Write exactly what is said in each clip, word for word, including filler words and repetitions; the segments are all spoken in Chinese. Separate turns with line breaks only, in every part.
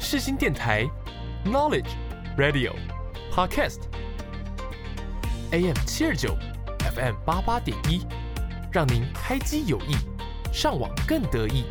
世新电台 Knowledge Radio Podcast A M 七二九 F M 八八点一，让您开机有益，上网更得意。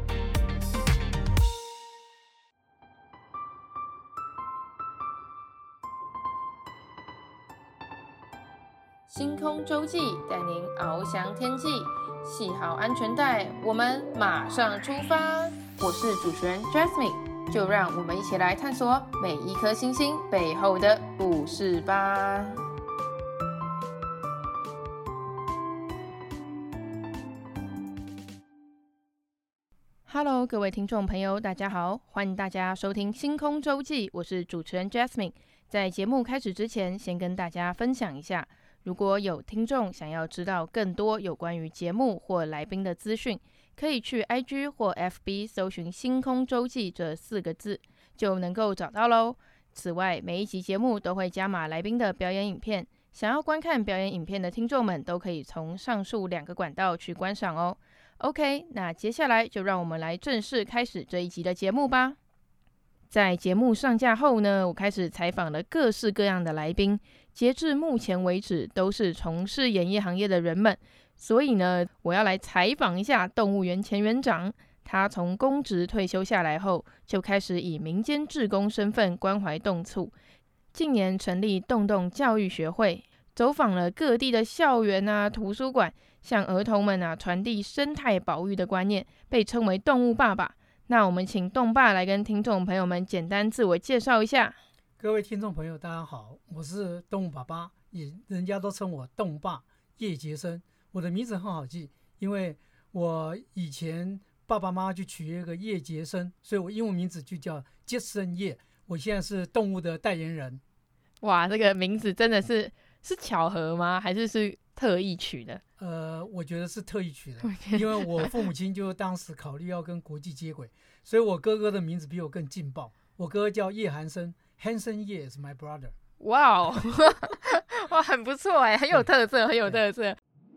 星空周记带您翱翔天际，系好安全带，我们马上出发。我是主持人 Jasmine， 就让我们一起来探索每一颗星星背后的故事吧。Hello， 各位听众朋友，大家好，欢迎大家收听星空周记，我是主持人 Jasmine。在节目开始之前，先跟大家分享一下。如果有听众想要知道更多有关于节目或来宾的资讯，可以去 I G 或 F B 搜寻星空周记这四个字，就能够找到咯。此外，每一集节目都会加码来宾的表演影片，想要观看表演影片的听众们都可以从上述两个管道去观赏哦。OK， 那接下来就让我们来正式开始这一集的节目吧。在节目上架后呢，我开始采访了各式各样的来宾，截至目前为止都是从事演艺行业的人们，所以呢，我要来采访一下动物园前园长。他从公职退休下来后，就开始以民间志工身份关怀动物，近年成立动动教育学会，走访了各地的校园啊、图书馆，向儿童们啊传递生态保育的观念，被称为动物爸爸。那我们请动爸来跟听众朋友们简单自我介绍一下。
各位听众朋友大家好，我是动物爸爸，也人家都称我动爸叶杰生。我的名字很好记，因为我以前爸爸妈妈就取了一个叶杰生，所以我英文名字就叫杰森叶。我现在是动物的代言人。
哇，这个名字真的是是巧合吗？还是是特意取的？
呃，我觉得是特意取的，因为我父母亲就当时考虑要跟国际接轨，所以我哥哥的名字比我更劲爆。我哥哥叫叶寒生 ，Hansen Ye is my brother。
哇哦，哇，很不错哎，很有特色，很有特色。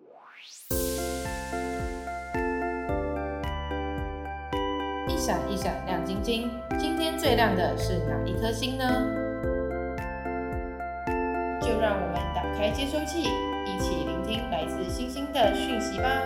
一闪一闪亮晶晶，今天最亮的是哪一颗星呢？就让我们打开接收器，一起聆听来自星星的讯息吧。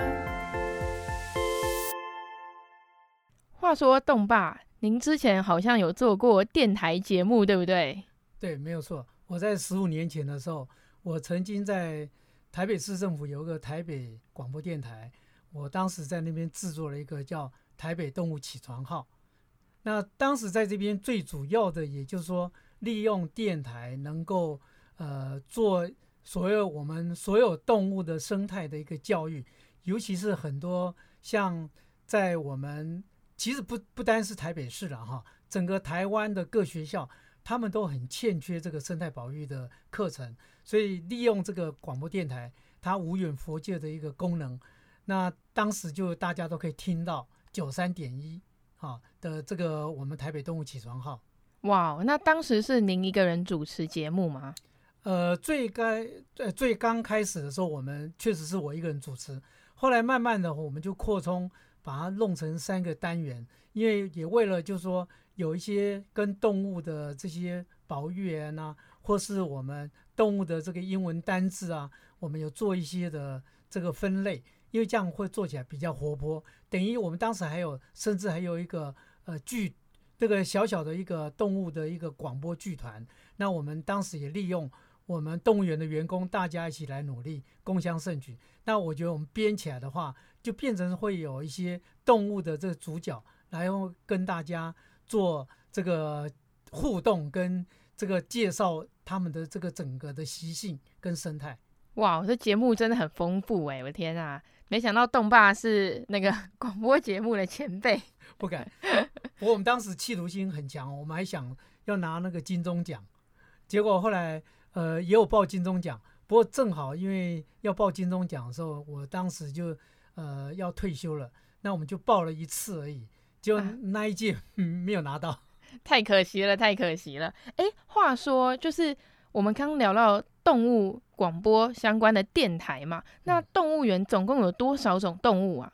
话说动爸，您之前好像有做过电台节目，对不对？
对，没有错。我在十五年前的时候，我曾经在台北市政府有一个台北广播电台，我当时在那边制作了一个叫台北动物起床号。那当时在这边最主要的，也就是说利用电台能够呃做所有我们所有动物的生态的一个教育，尤其是很多像在我们其实不不单是台北市了哈，整个台湾的各学校他们都很欠缺这个生态保育的课程，所以利用这个广播电台它无远弗届的一个功能，那当时就大家都可以听到九三点一的这个我们台北动物起床号。
哇，那当时是您一个人主持节目吗？
呃，最该呃最刚开始的时候，我们确实是我一个人主持，后来慢慢的我们就扩充，把它弄成三个单元，因为也为了就是说有一些跟动物的这些保育啊，或是我们动物的这个英文单字啊，我们有做一些的这个分类，因为这样会做起来比较活泼。等于我们当时还有，甚至还有一个呃剧，这个小小的一个动物的一个广播剧团。那我们当时也利用我们动物园的员工，大家一起来努力，共襄盛举。那我觉得我们编起来的话，就变成会有一些动物的这个主角，然后跟大家做这个互动，跟这个介绍他们的这个整个的习性跟生态。
哇，这节目真的很丰富哎！我的天啊，没想到动爸是那个广播节目的前辈。
不敢，不过我们当时企图心很强，我们还想要拿那个金钟奖，结果后来呃也有报金钟奖，不过正好因为要报金钟奖的时候，我当时就呃要退休了，那我们就报了一次而已，就那一届、啊嗯、没有拿到，
太可惜了，太可惜了。哎，话说就是我们刚聊到动物广播相关的电台嘛，那动物园总共有多少种动物啊？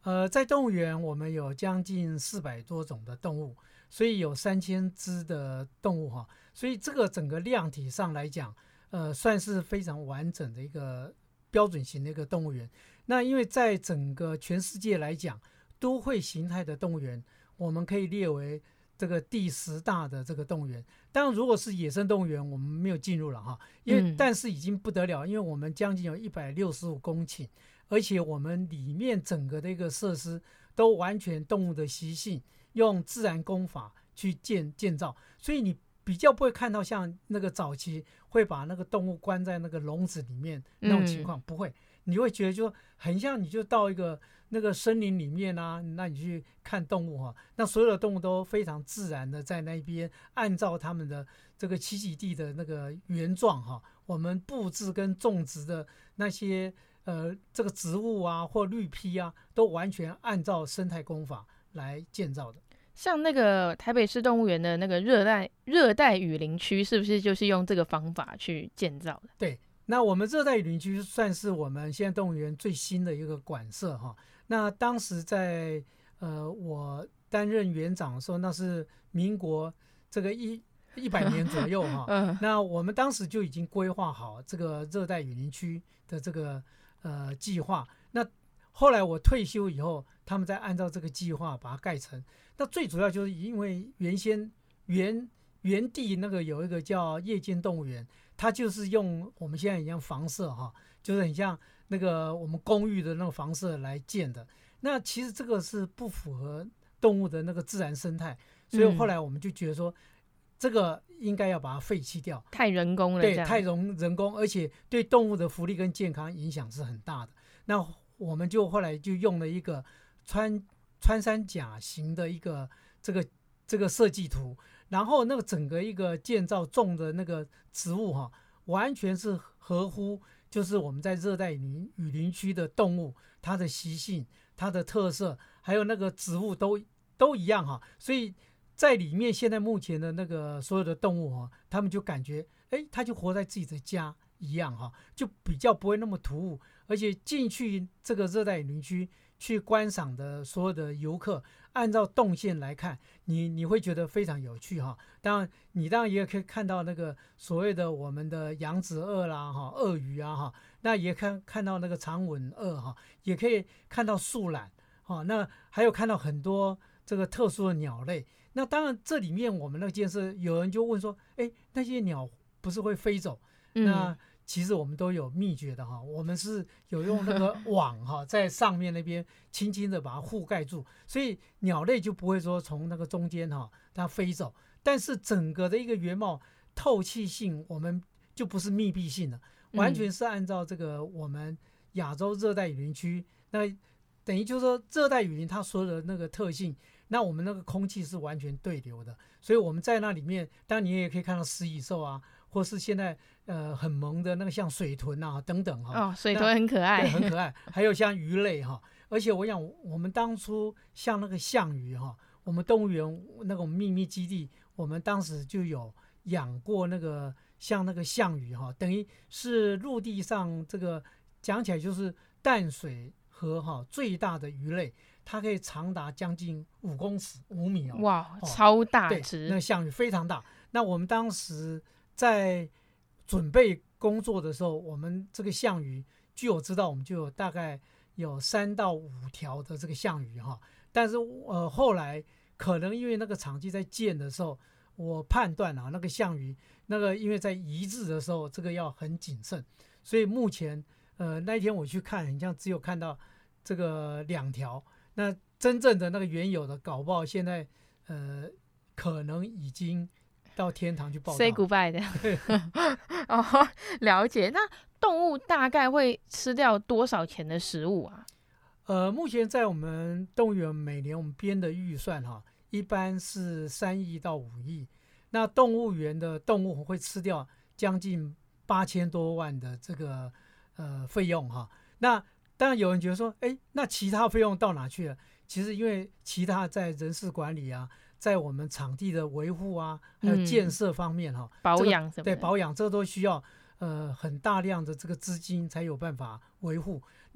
呃，在动物园我们有将近四百多种的动物，所以有三千只的动物哈，所以这个整个量体上来讲，呃，算是非常完整的一个标准型的一个动物园。那因为在整个全世界来讲，都会形态的动物园，我们可以列为这个第十大的这个动物园。当然，如果是野生动物园，我们没有进入了哈，因为、嗯、但是已经不得了，因为我们将近有一百六十五公顷。而且我们里面整个的一个设施都完全动物的习性，用自然工法去建建造，所以你比较不会看到像那个早期会把那个动物关在那个笼子里面那种情况，嗯、不会，你会觉得就很像你就到一个那个森林里面啊，那你去看动物哈、啊，那所有的动物都非常自然的在那边按照他们的这个栖息地的那个原状哈、啊，我们布置跟种植的那些。呃，这个植物啊或绿坯啊，都完全按照生态工法来建造的。
像那个台北市动物园的那个热带热带雨林区，是不是就是用这个方法去建造的？
对，那我们热带雨林区算是我们现在动物园最新的一个馆舍哈。那当时在呃我担任园长的时候，那是民国这个一一百年左右哈。嗯、那我们当时就已经规划好这个热带雨林区的这个。呃，计划。那后来我退休以后，他们再按照这个计划把它盖成。那最主要就是因为原先原原地那个有一个叫夜间动物园，它就是用我们现在一样房舍哈，就是很像那个我们公寓的那种房舍来建的。那其实这个是不符合动物的那个自然生态，所以后来我们就觉得说。嗯这个应该要把它废弃掉，
太人工了，
对，太人人工，而且对动物的福利跟健康影响是很大的。那我们就后来就用了一个穿穿山甲型的一个这个这个设计图，然后那个整个一个建造种的那个植物哈、啊，完全是合乎就是我们在热带雨林雨林区的动物它的习性、它的特色，还有那个植物都都一样哈、啊，所以。在里面，现在目前的那个所有的动物哈，他们就感觉，哎，它就活在自己的家一样哈，就比较不会那么突兀，而且进去这个热带雨林区去观赏的所有的游客，按照动线来看，你你会觉得非常有趣哈。当然，你当然也可以看到那个所谓的我们的扬子鳄啦哈，鳄鱼啊哈，那也看看到那个长吻鳄哈，也可以看到树懒哈，那还有看到很多这个特殊的鸟类。那当然，这里面我们那个建设，有人就问说：“哎，那些鸟不是会飞走？”嗯、那其实我们都有秘诀的哈，我们是有用那个网哈，在上面那边轻轻的把它覆盖住，所以鸟类就不会说从那个中间哈它飞走。但是整个的一个原貌透气性，我们就不是密闭性的，完全是按照这个我们亚洲热带雨林区，那等于就是说热带雨林它所有的那个特性。那我们那个空气是完全对流的，所以我们在那里面，当然你也可以看到食蚁兽啊，或是现在呃很萌的那个像水豚啊等等哈。
哦，水豚很可爱，
对，很可爱。还有像鱼类哈，而且我想我们当初像那个象鱼哈，我们动物园那种秘密基地，我们当时就有养过那个像那个象鱼哈，等于是陆地上这个讲起来就是淡水河哈最大的鱼类。它可以长达将近五公尺五米哦，
哇，哦、超大只！
对，那个象鱼非常大。那我们当时在准备工作的时候，我们这个象鱼，据我知道，我们就有大概有三到五条的这个象鱼哈。但是呃，后来可能因为那个场地在建的时候，我判断啊，那个象鱼那个因为在移植的时候，这个要很谨慎，所以目前呃那一天我去看，很像只有看到这个两条。那真正的那个原有的搞不好现在呃可能已经到天堂去报道
say goodbye 的哦，了解。那动物大概会吃掉多少钱的食物啊？
呃，目前在我们动物园每年我们编的预算哈，一般是三亿到五亿。那动物园的动物会吃掉将近八千多万的这个呃费用哈。那当然有人觉得说，哎，那其他费用到哪去了？其实因为其他在人事管理啊，在我们场地的维护啊，还有建设方面哈、
嗯，保养什么的，
对保养这都需要呃很大量的这个资金才有办法维护。那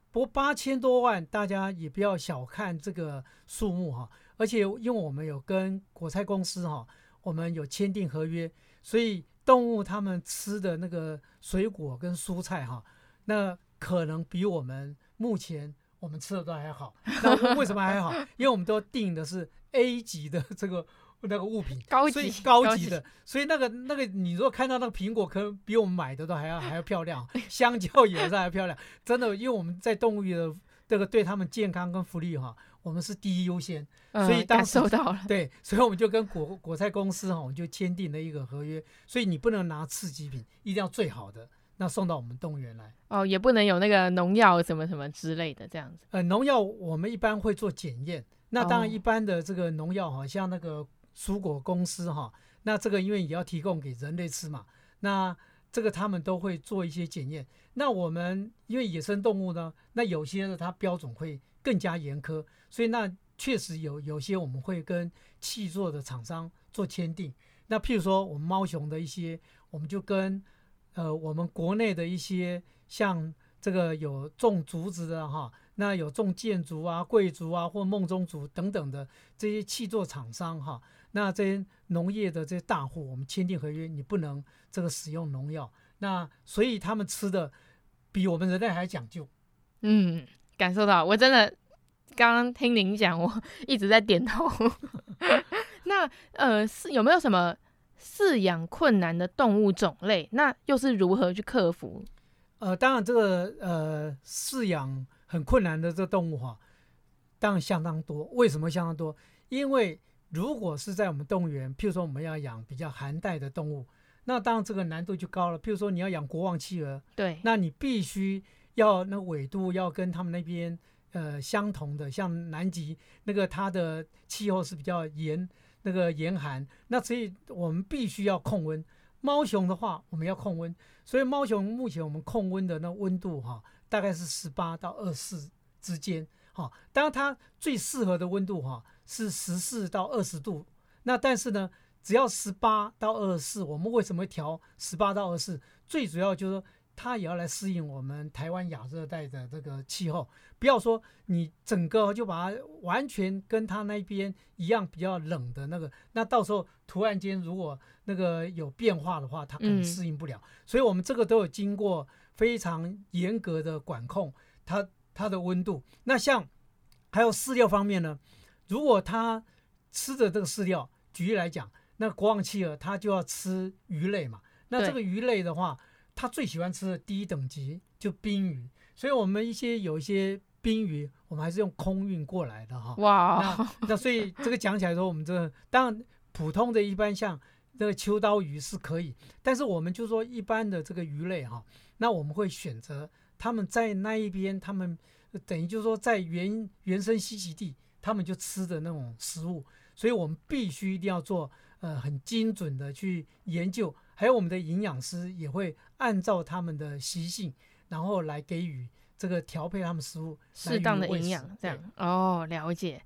不过八千多万，大家也不要小看这个数目哈。而且因为我们有跟果菜公司哈，我们有签订合约，所以动物它们吃的那个水果跟蔬菜哈，那可能比我们目前我们吃的都还好。那为什么还好？因为我们都定的是 A 级的这个那个物品，
高级
所以高级的，所以那个那个你如果看到那个苹果，可能比我们买的都还要还要漂亮，香蕉也是还要漂亮，真的，因为我们在动物园的这个对他们健康跟福利哈，我们是第一优先，所以当时、
嗯、感受到了，
对，所以我们就跟果果菜公司哈，我们就签订了一个合约，所以你不能拿次级品，一定要最好的。那送到我们动物园来
哦，也不能有那个农药什么什么之类的这样子。
呃，农药我们一般会做检验，那当然一般的这个农药哈，像那个蔬果公司哈，那这个因为也要提供给人类吃嘛，那这个他们都会做一些检验。那我们因为野生动物呢，那有些的它标准会更加严苛，所以那确实有有些我们会跟契作的厂商做签订。那譬如说我们猫熊的一些，我们就跟呃我们国内的一些像这个有种竹子的哈，那有种箭竹啊、桂竹啊或梦中竹等等的这些契作厂商哈，那这些农业的这些大户，我们签订合约，你不能这个使用农药，那所以他们吃的比我们人类还讲究。
嗯，感受到，我真的刚刚听您讲，我一直在点头。那呃，是有没有什么饲养困难的动物种类？那又是如何去克服？
呃，当然这个呃饲养很困难的这个动物哈，当然相当多。为什么相当多？因为如果是在我们动物园，譬如说我们要养比较寒带的动物，那当然这个难度就高了。譬如说你要养国王企鹅，
对，
那你必须要那个纬度要跟他们那边呃相同的，像南极那个它的气候是比较严那个严寒，那所以我们必须要控温。猫熊的话，我们要控温，所以猫熊目前我们控温的那温度哈，大概是十八到二十四之间，哈，当然它最适合的温度哈是十四到二十度，那但是呢，只要十八到二十四，我们为什么会调十八到二十四？最主要就是说它也要来适应我们台湾亚热带的这个气候，不要说你整个就把它完全跟它那边一样比较冷的那个，那到时候突然间如果那个有变化的话，它可能适应不了，嗯、所以我们这个都有经过非常严格的管控，它它的温度。那像还有饲料方面呢，如果它吃的这个饲料，举例来讲，那国王企鹅它就要吃鱼类嘛，那这个鱼类的话，它最喜欢吃的第一等级就冰鱼，所以我们一些有一些冰鱼，我们还是用空运过来的哈。
哇，
那那所以这个讲起来说，我们这个当然普通的一般像这个秋刀鱼是可以，但是我们就说一般的这个鱼类哈，那我们会选择他们在那一边，他们等于就是说在原原生栖息地，他们就吃的那种食物，所以我们必须一定要做呃很精准的去研究，还有我们的营养师也会按照他们的习性，然后来给予这个调配他们食物
适当的营养，这样哦，了解。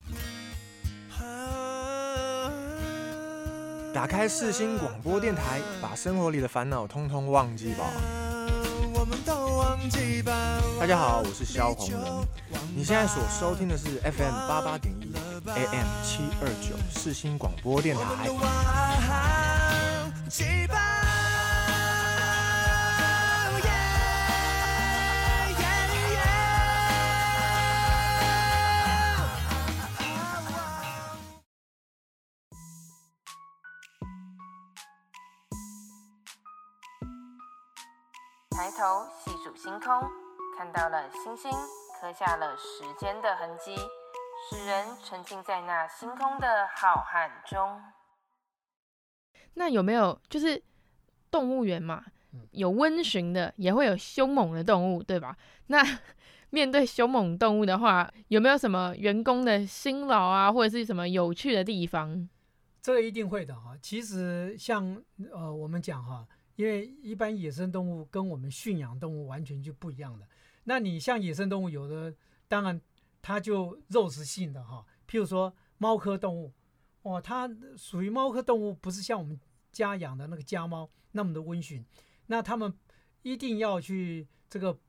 打开世新广播电台，把生活里的烦恼通通忘记吧。大家好，我是萧红人。你现在所收听的是 F M 八八点一 A M 七二九世新广播电台。
抬头细数星空，看到了星星，刻下了时间的痕迹，使人沉浸在那星空的浩瀚中。那有没有就是动物园嘛，有温驯的，也会有凶猛的动物，对吧？那面对凶猛动物的话，有没有什么员工的辛劳啊，或者是什么有趣的地方？
这个一定会的哈。其实像呃我们讲哈。因为一般野生动物跟我们驯养动物完全就不一样的。那你像野生动物，有的当然它就肉食性的哈，譬如说猫科动物，哦，它属于猫科动物，不是像我们家养的那个家猫那么的温驯。那它们一定要去这个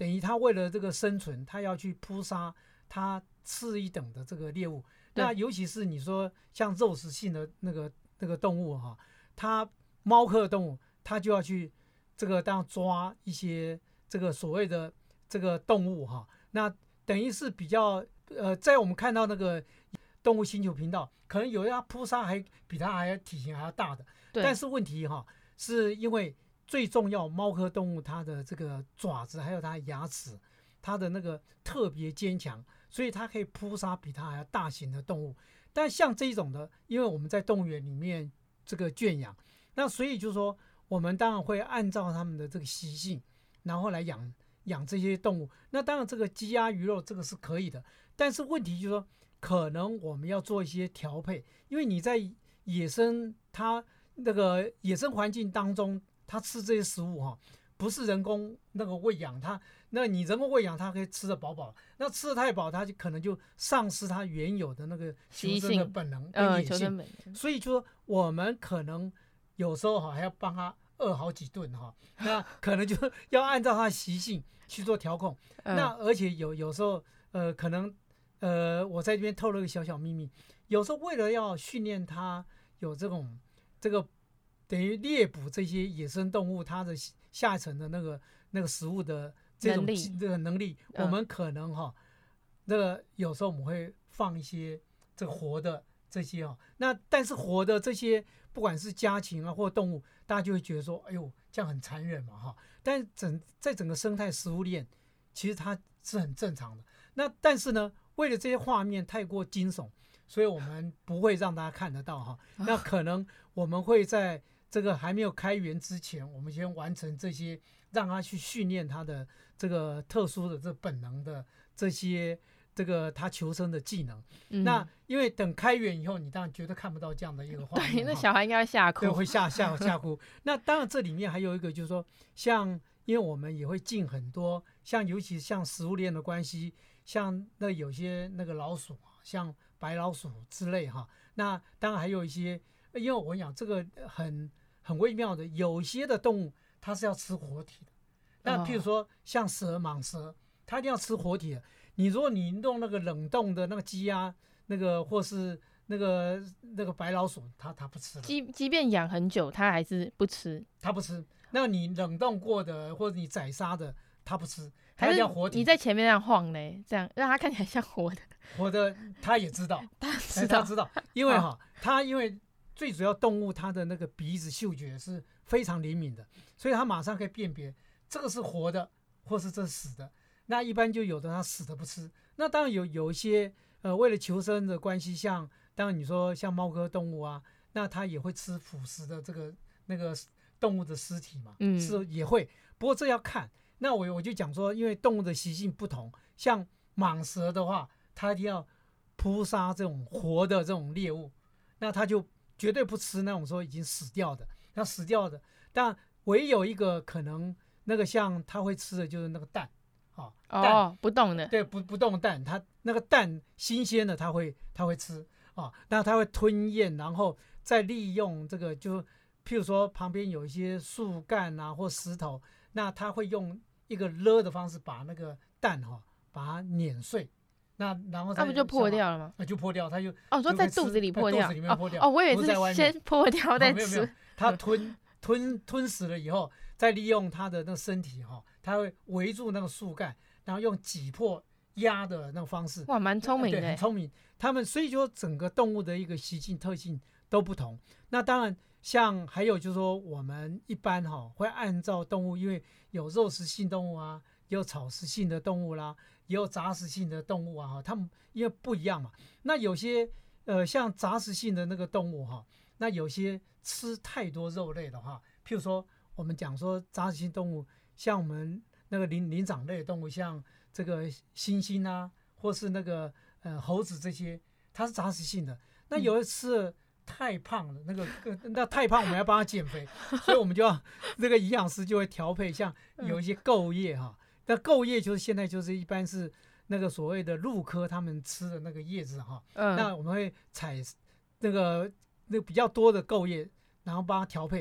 等于它为了这个生存，它要去扑杀它次一等的这个猎物。那尤其是你说像肉食性的那个那个动物哈，它猫科的动物，它就要去这个当抓一些这个所谓的这个动物哈。那等于是比较呃，在我们看到那个动物星球频道，可能有它扑杀还比它还体型还要大的，但是问题哈，是因为最重要猫科动物它的这个爪子还有它的牙齿，它的那个特别坚强，所以它可以扑杀比它还要大型的动物。但像这种的，因为我们在动物园里面这个圈养，那所以就是说我们当然会按照他们的这个习性，然后来养养这些动物。那当然这个鸡鸭鱼肉这个是可以的，但是问题就是说可能我们要做一些调配，因为你在野生它那个野生环境当中，它吃这些食物哈，不是人工那个喂养它，那你人工喂养它可以吃得饱饱，那吃得太饱，它就可能就丧失它原有的那个求生的本能跟野性，呃、所以就说我们可能有时候哈还要帮它饿好几顿哈，那可能就要按照它的习性去做调控。嗯、那而且有有时候呃可能呃我在这边透露一个小小秘密，有时候为了要训练它有这种这个等于猎捕这些野生动物它的下层的那个那个食物的这种这个能力，我们可能哈那个有时候我们会放一些这个活的这些哈，那但是活的这些不管是家禽啊或动物，大家就会觉得说，哎呦这样很残忍嘛哈。但整在整个生态食物链，其实它是很正常的。那但是呢，为了这些画面太过惊悚，所以我们不会让大家看得到哈。那可能我们会在这个还没有开园之前，我们先完成这些，让他去训练他的这个特殊的这本能的这些这个他求生的技能。嗯、那因为等开园以后，你当然绝对看不到这样的一个画面。
对，那小孩应该会吓哭。
对，会吓吓吓哭。那当然这里面还有一个就是说，像因为我们也会进很多，像尤其像食物链的关系，像那有些那个老鼠，像白老鼠之类哈。那当然还有一些，因为我讲这个很。很微妙的，有些的动物它是要吃活体的，那譬如说像蛇、蟒蛇，它一定要吃活体的。你如果你弄那个冷冻的那个鸡鸭，那个或是那个那个白老鼠，它它不吃了。
即即便养很久，它还是不吃。
它不吃。那你冷冻过的或者你宰杀的，它不吃，它一定要活体。
你在前面这样晃嘞，这样让它看起来像活的。
活的，它也知道，
它知道，
它知道，因为哈，它因为。最主要动物它的那个鼻子嗅觉是非常灵敏的，所以它马上可以辨别这个是活的或是这是死的。那一般就有的它死的不吃，那当然有有一些呃为了求生的关系，像当然你说像猫科动物啊，那它也会吃腐蚀的这个那个动物的尸体嘛，嗯，是也会，不过这要看。那我我就讲说，因为动物的习性不同，像蟒蛇的话，它一定要扑杀这种活的这种猎物，那它就绝对不吃那种说已经死掉的，那死掉的，但唯有一个可能，那个像他会吃的就是那个蛋，啊，蛋
哦，不动的，
对，不不动的蛋，它那个蛋新鲜的，他会他会吃啊，那他会吞咽，然后再利用这个，就譬如说旁边有一些树干啊或石头，那他会用一个勒的方式把那个蛋哈、啊、把它碾碎。那然后
那、啊、不就破掉了吗？
啊，就破掉，它就
哦，说在肚子里破掉，
肚子里面破掉。
哦，我以为是先破掉再吃。
哦、没有没有，它吞吞吞死了以后，再利用它的那个身体哈、哦，它会围住那个树干，然后用挤破压的那个方式。
哇，蛮聪明的，
对，很聪明。他们所以说整个动物的一个习性特性都不同。那当然，像还有就是说，我们一般哈、哦、会按照动物，因为有肉食性动物啊，也有草食性的动物啦。也有杂食性的动物啊，它们因为不一样嘛。那有些呃像杂食性的那个动物哈，那有些吃太多肉类的话，譬如说我们讲说杂食性动物，像我们那个灵灵长类的动物，像这个猩猩啊，或是那个呃猴子这些，它是杂食性的。那有的吃了太胖了，那个那太胖我们要帮它减肥，所以我们就要这个营养师就会调配，像有一些构叶哈。那构叶就是现在就是一般是那个所谓的鹿科他们吃的那个叶子哈，嗯、那我们会采那个那个比较多的构叶，然后帮它调配，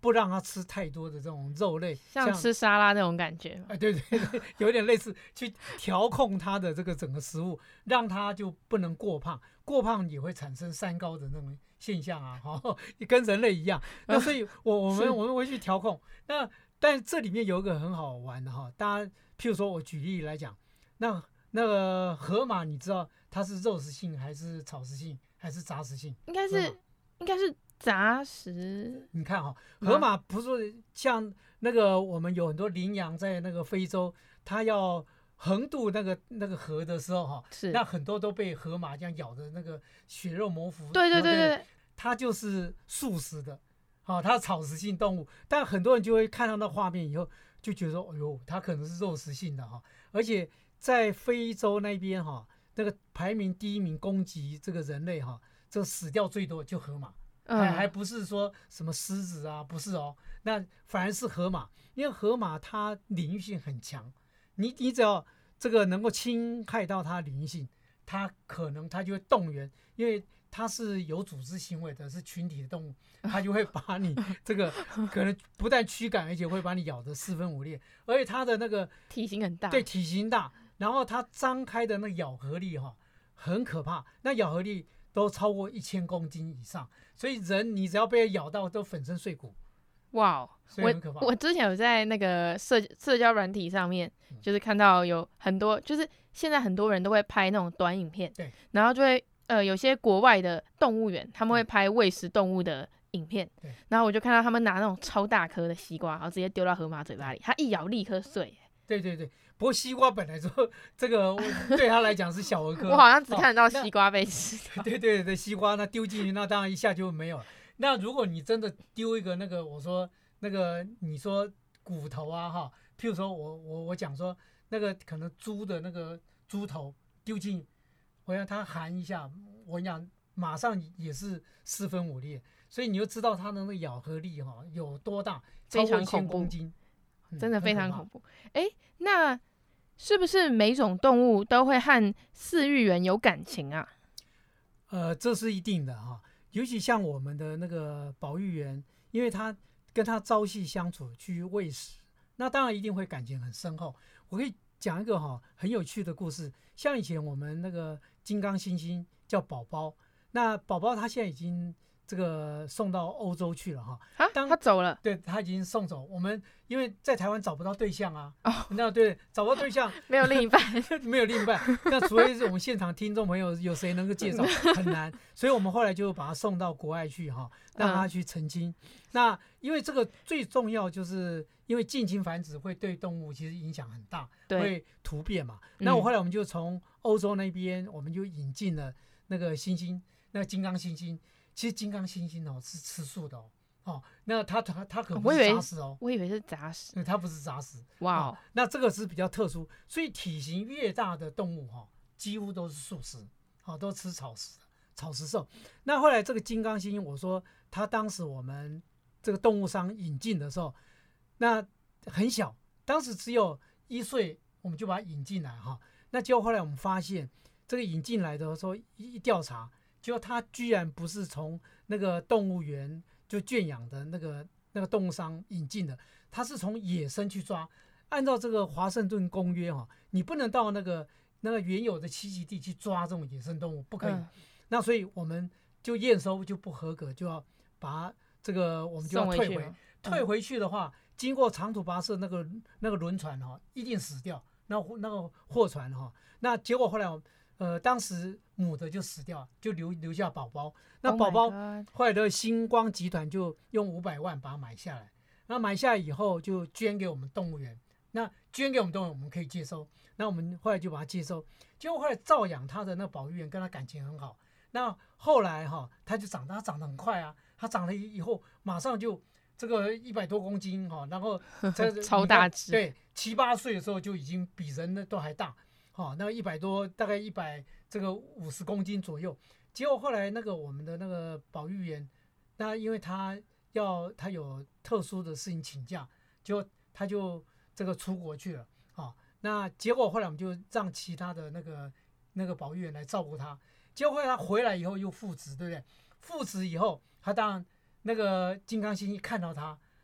不让它吃太多的这种肉类，
像吃沙拉那种感觉。
哎、呃，对对对，有点类似，去调控它的这个整个食物，让它就不能过胖，过胖也会产生三高的那种现象啊，哈、哦，跟人类一样。那所以我我们我们会去调控。那但这里面有一个很好玩的哈，大家譬如说我举例来讲，那那个河马，你知道它是肉食性还是草食性还是杂食性？
应该是应该是杂食。
你看哈，河马不是像那个我们有很多羚羊在那个非洲，它要横渡那个那个河的时候哈，
是
那很多都被河马这样咬的那个血肉模糊。
对对对对，
它就是素食的。好、哦，它是草食性动物，但很多人就会看到那画面以后，就觉得说，哎呦，它可能是肉食性的哈、哦。而且在非洲那边哈、哦，那个排名第一名攻击这个人类哈、哦，这个死掉最多就河马，嗯、还还不是说什么狮子啊，不是哦，那反而是河马，因为河马它领域性很强，你你只要这个能够侵害到它领域性，它可能它就会动员，因为它是有组织行为的，是群体的动物，它就会把你这个可能不但驱赶，而且会把你咬得四分五裂。而且它的那个
体型很大，
对，体型大，然后它张开的那个咬合力哈、哦、很可怕，那咬合力都超过一千公斤以上，所以人你只要被咬到都粉身碎骨。
哇、wow, 我我之前有在那个社社交软体上面，就是看到有很多，就是现在很多人都会拍那种短影片，
对，
然后就会。呃，有些国外的动物园，他们会拍喂食动物的影片，然后我就看到他们拿那种超大颗的西瓜，然后直接丢到河马嘴巴里，它一咬立刻碎。
对对对，不过西瓜本来就这个对他来讲是小儿科，
我好像只看得到西瓜被吃、
哦。对对对，西瓜那丢进去，那当然一下就没有了。那如果你真的丢一个那个，我说那个你说骨头啊哈，譬如说我我我讲说那个可能猪的那个猪头丢进。我让它含一下，我讲马上也是四分五裂，所以你就知道它的那个咬合力哈、哦、有多大，超过一千公斤，
嗯、真的非常恐怖。哎，那是不是每种动物都会和饲育员有感情啊？
呃，这是一定的哈、哦，尤其像我们的那个保育员，因为他跟他朝夕相处去喂食，那当然一定会感情很深厚。我可以讲一个哈、哦、很有趣的故事，像以前我们那个。金刚猩猩叫宝宝，那宝宝他现在已经这个送到欧洲去了哈。
啊，他走了？
对，他已经送走。我们因为在台湾找不到对象啊，哦、那对找不到对象，
没有另一半，
没有另一半。那除非是我们现场听众朋友有谁能够介绍，很难。所以我们后来就把他送到国外去哈，让他去成亲。嗯、那因为这个最重要就是。因为近亲繁殖会对动物其实影响很大，会突变嘛。那我后来我们就从欧洲那边，我们就引进了那个猩猩，那个金刚猩猩。其实金刚猩猩哦是吃素的哦，哦，那它它它可不是杂食哦，
我以为是杂食，
它不是杂食。
哇、wow
哦，那这个是比较特殊，所以体型越大的动物哈、哦，几乎都是素食，好、哦，都吃草食的草食兽。那后来这个金刚猩猩，我说它当时我们这个动物商引进的时候。那很小，当时只有一岁，我们就把它引进来哈。那结果后来我们发现，这个引进来的时候一调查，结果它居然不是从那个动物园就圈养的那个那个动物商引进的，它是从野生去抓。按照这个华盛顿公约哈，你不能到那个那个原有的栖息地去抓这种野生动物，不可以。嗯、那所以我们就验收就不合格，就要把它这个我们就要退回。回退回去的话。嗯经过长途跋涉，那个那个轮船哈、哦，一定死掉。那那个货船哈、哦，那结果后来，呃，当时母的就死掉，就留留下宝宝。那宝宝后来的星光集团就用五百万把它买下来。那买下来以后就捐给我们动物园。那捐给我们动物园，我们可以接收。那我们后来就把它接收。结果后来照养它的那个保育员跟他感情很好。那后来哈、哦，他就长大，他长得很快啊。他长了以后，马上就。这个一百多公斤哈，然后
超大只，
对，七八岁的时候就已经比人的都还大，哈，那一百多，大概一百这个五十公斤左右。结果后来那个我们的那个保育员，那因为他要他有特殊的事情请假，就他就这个出国去了，啊，那结果后来我们就让其他的那个那个保育员来照顾他。结果后来他回来以后又复职，对不对？复职以后，他当然。那个金刚猩猩看到他，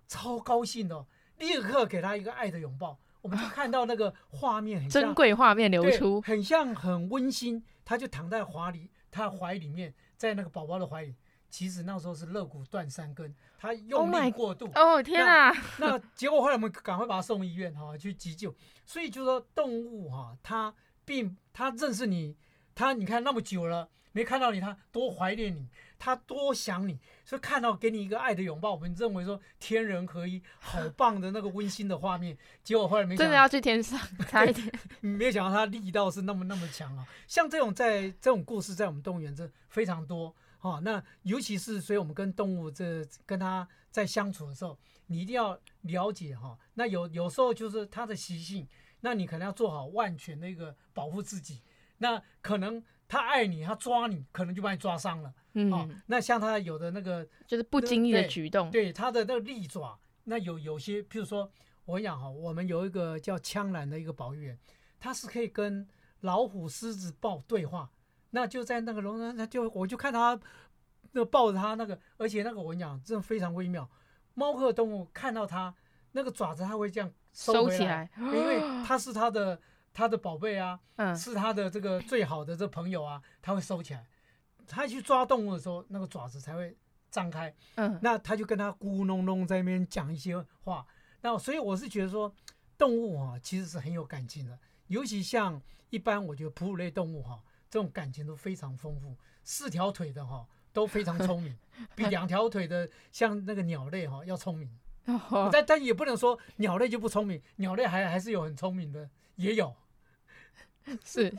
超高兴的、哦，立刻给他一个爱的拥抱。我们就看到那个画面很像
珍贵画面流出，
很像很温馨。他就躺在怀里，他怀里面，在那个宝宝的怀里。其实那时候是肋骨断三根，他用力过度。
哦、oh 天啊！
那, 那结果后来我们赶快把他送医院哈、哦，去急救。所以就说动物哈、哦，它并它认识你，它你看那么久了没看到你，它多怀念你，它多想你，所以看到给你一个爱的拥抱，我们认为说天人合一，好棒的那个温馨的画面。结果后来没想到
真的要去天上，差一点，
没有想到它力道是那么那么强啊！像这种在这种故事，在我们动物园这非常多。哦，那尤其是所以我们跟动物这跟它在相处的时候，你一定要了解哈、哦。那有有时候就是它的习性，那你可能要做好万全的一个保护自己。那可能它爱你，它抓你，可能就把你抓伤了。嗯，哦，那像它有的那个
就是不经意的举动，
对它的那个利爪，那有有些，譬如说我跟你讲哈，我们有一个叫枪兰的一个保育员，它是可以跟老虎、狮子、豹对话。那就在那个笼子，那就我就看他那抱着他那个，而且那个我跟你讲，真的非常微妙。猫科动物看到它那个爪子，它会这样收回来，
收起来，
因为它是它的它的宝贝啊，
嗯，
是它的这个最好的这朋友啊，它会收起来。它去抓动物的时候，那个爪子才会张开。嗯，那他就跟他咕咕哝哝在那边讲一些话。那所以我是觉得说，动物啊其实是很有感情的，尤其像一般我觉得哺乳类动物哈、啊。这种感情都非常丰富，四条腿的哈都非常聪明，比两条腿的像那个鸟类哈要聪明。但但也不能说鸟类就不聪明，鸟类还还是有很聪明的，也有。
是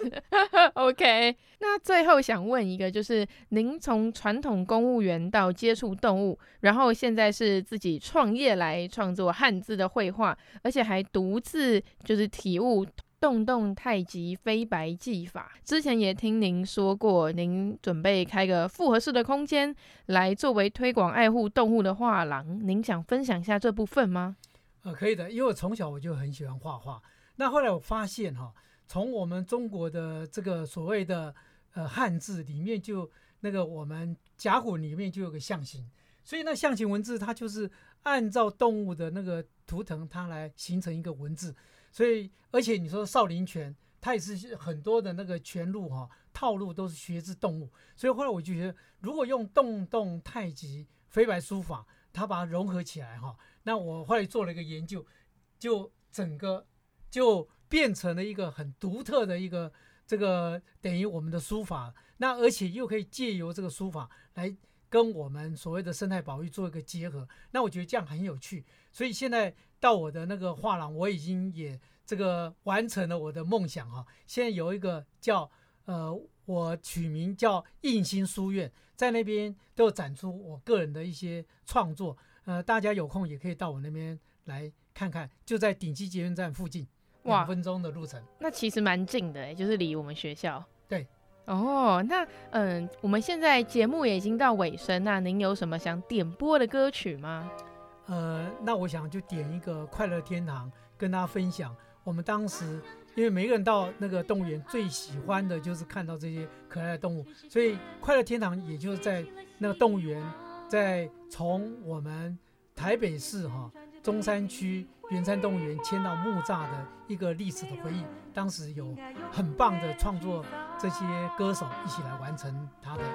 OK。那最后想问一个，就是您从传统公务员到接触动物，然后现在是自己创业来创作汉字的绘画，而且还独自就是体悟动动太极飞白技法。之前也听您说过，您准备开个复合式的空间来作为推广爱护动物的画廊，您想分享一下这部分吗？
呃，可以的，因为我从小我就很喜欢画画。那后来我发现哈，从我们中国的这个所谓的呃汉字里面，就那个我们甲骨里面就有个象形，所以那象形文字它就是按照动物的那个图腾，它来形成一个文字。所以，而且你说少林拳，它也是很多的那个拳路哈、哦、套路都是学自动物。所以后来我就觉得，如果用动动太极飞白书法，它把它融合起来哈、哦，那我后来做了一个研究，就整个就变成了一个很独特的一个这个等于我们的书法。那而且又可以借由这个书法来跟我们所谓的生态保育做一个结合。那我觉得这样很有趣。所以现在到我的那个画廊，我已经也这个完成了我的梦想哈。现在有一个叫呃，我取名叫印心书院，在那边都有展出我个人的一些创作。呃，大家有空也可以到我那边来看看，就在顶溪捷运站附近，两分钟的路程。
那其实蛮近的，就是离我们学校。
对。
哦，那嗯，我们现在节目也已经到尾声，那您有什么想点播的歌曲吗？
呃，那我想就点一个《快乐天堂》跟大家分享。我们当时因为每个人到那个动物园最喜欢的就是看到这些可爱的动物，所以《快乐天堂》也就是在那个动物园，在从我们台北市哈、哦、中山区圆山动物园迁到木栅的一个历史的回忆。当时有很棒的创作，这些歌手一起来完成它的。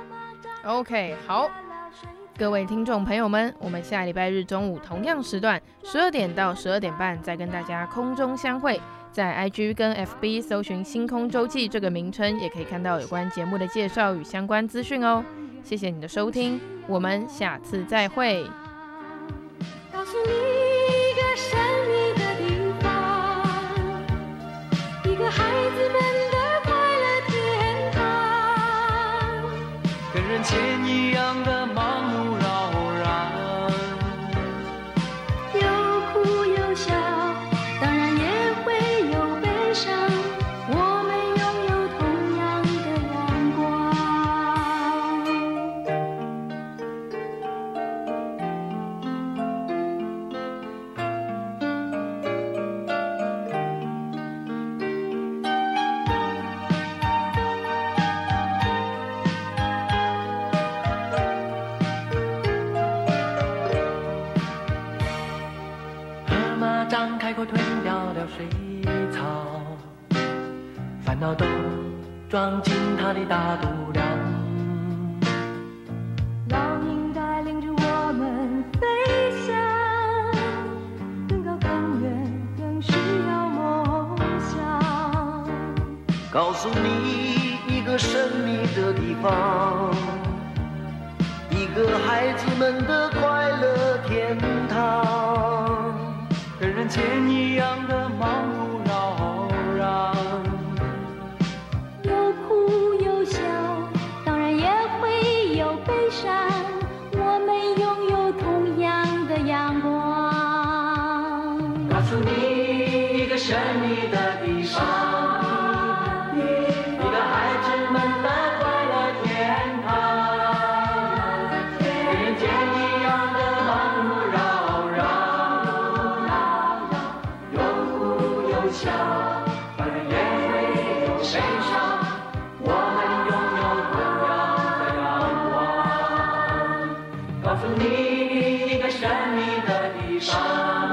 OK， 好。各位听众朋友们，我们下礼拜日中午同样时段十二点到十二点半再跟大家空中相会，在 I G 跟 F B 搜寻星空周记这个名称，也可以看到有关节目的介绍与相关资讯哦。谢谢你的收听，我们下次再会。告诉你一个神秘的地方，一个孩子们的快乐天堂，跟人间一样的忙碌
口吞掉了水草，烦恼都装进他的大肚量。
老鹰带领着我们飞翔，更高更远更是要梦想。
告诉你一个神秘的地方，一个孩子们的快乐天堂，跟人间一样的忙碌扰攘，
有哭有笑，当然也会有悲伤，我们拥有同样的阳光。
告诉你一个神秘的地方，一个孩子们的快乐天堂，跟人间一样的忙碌扰攘，有哭有笑，当然也会有悲伤，我们拥有同样的阳光。告诉你一个神秘的地方。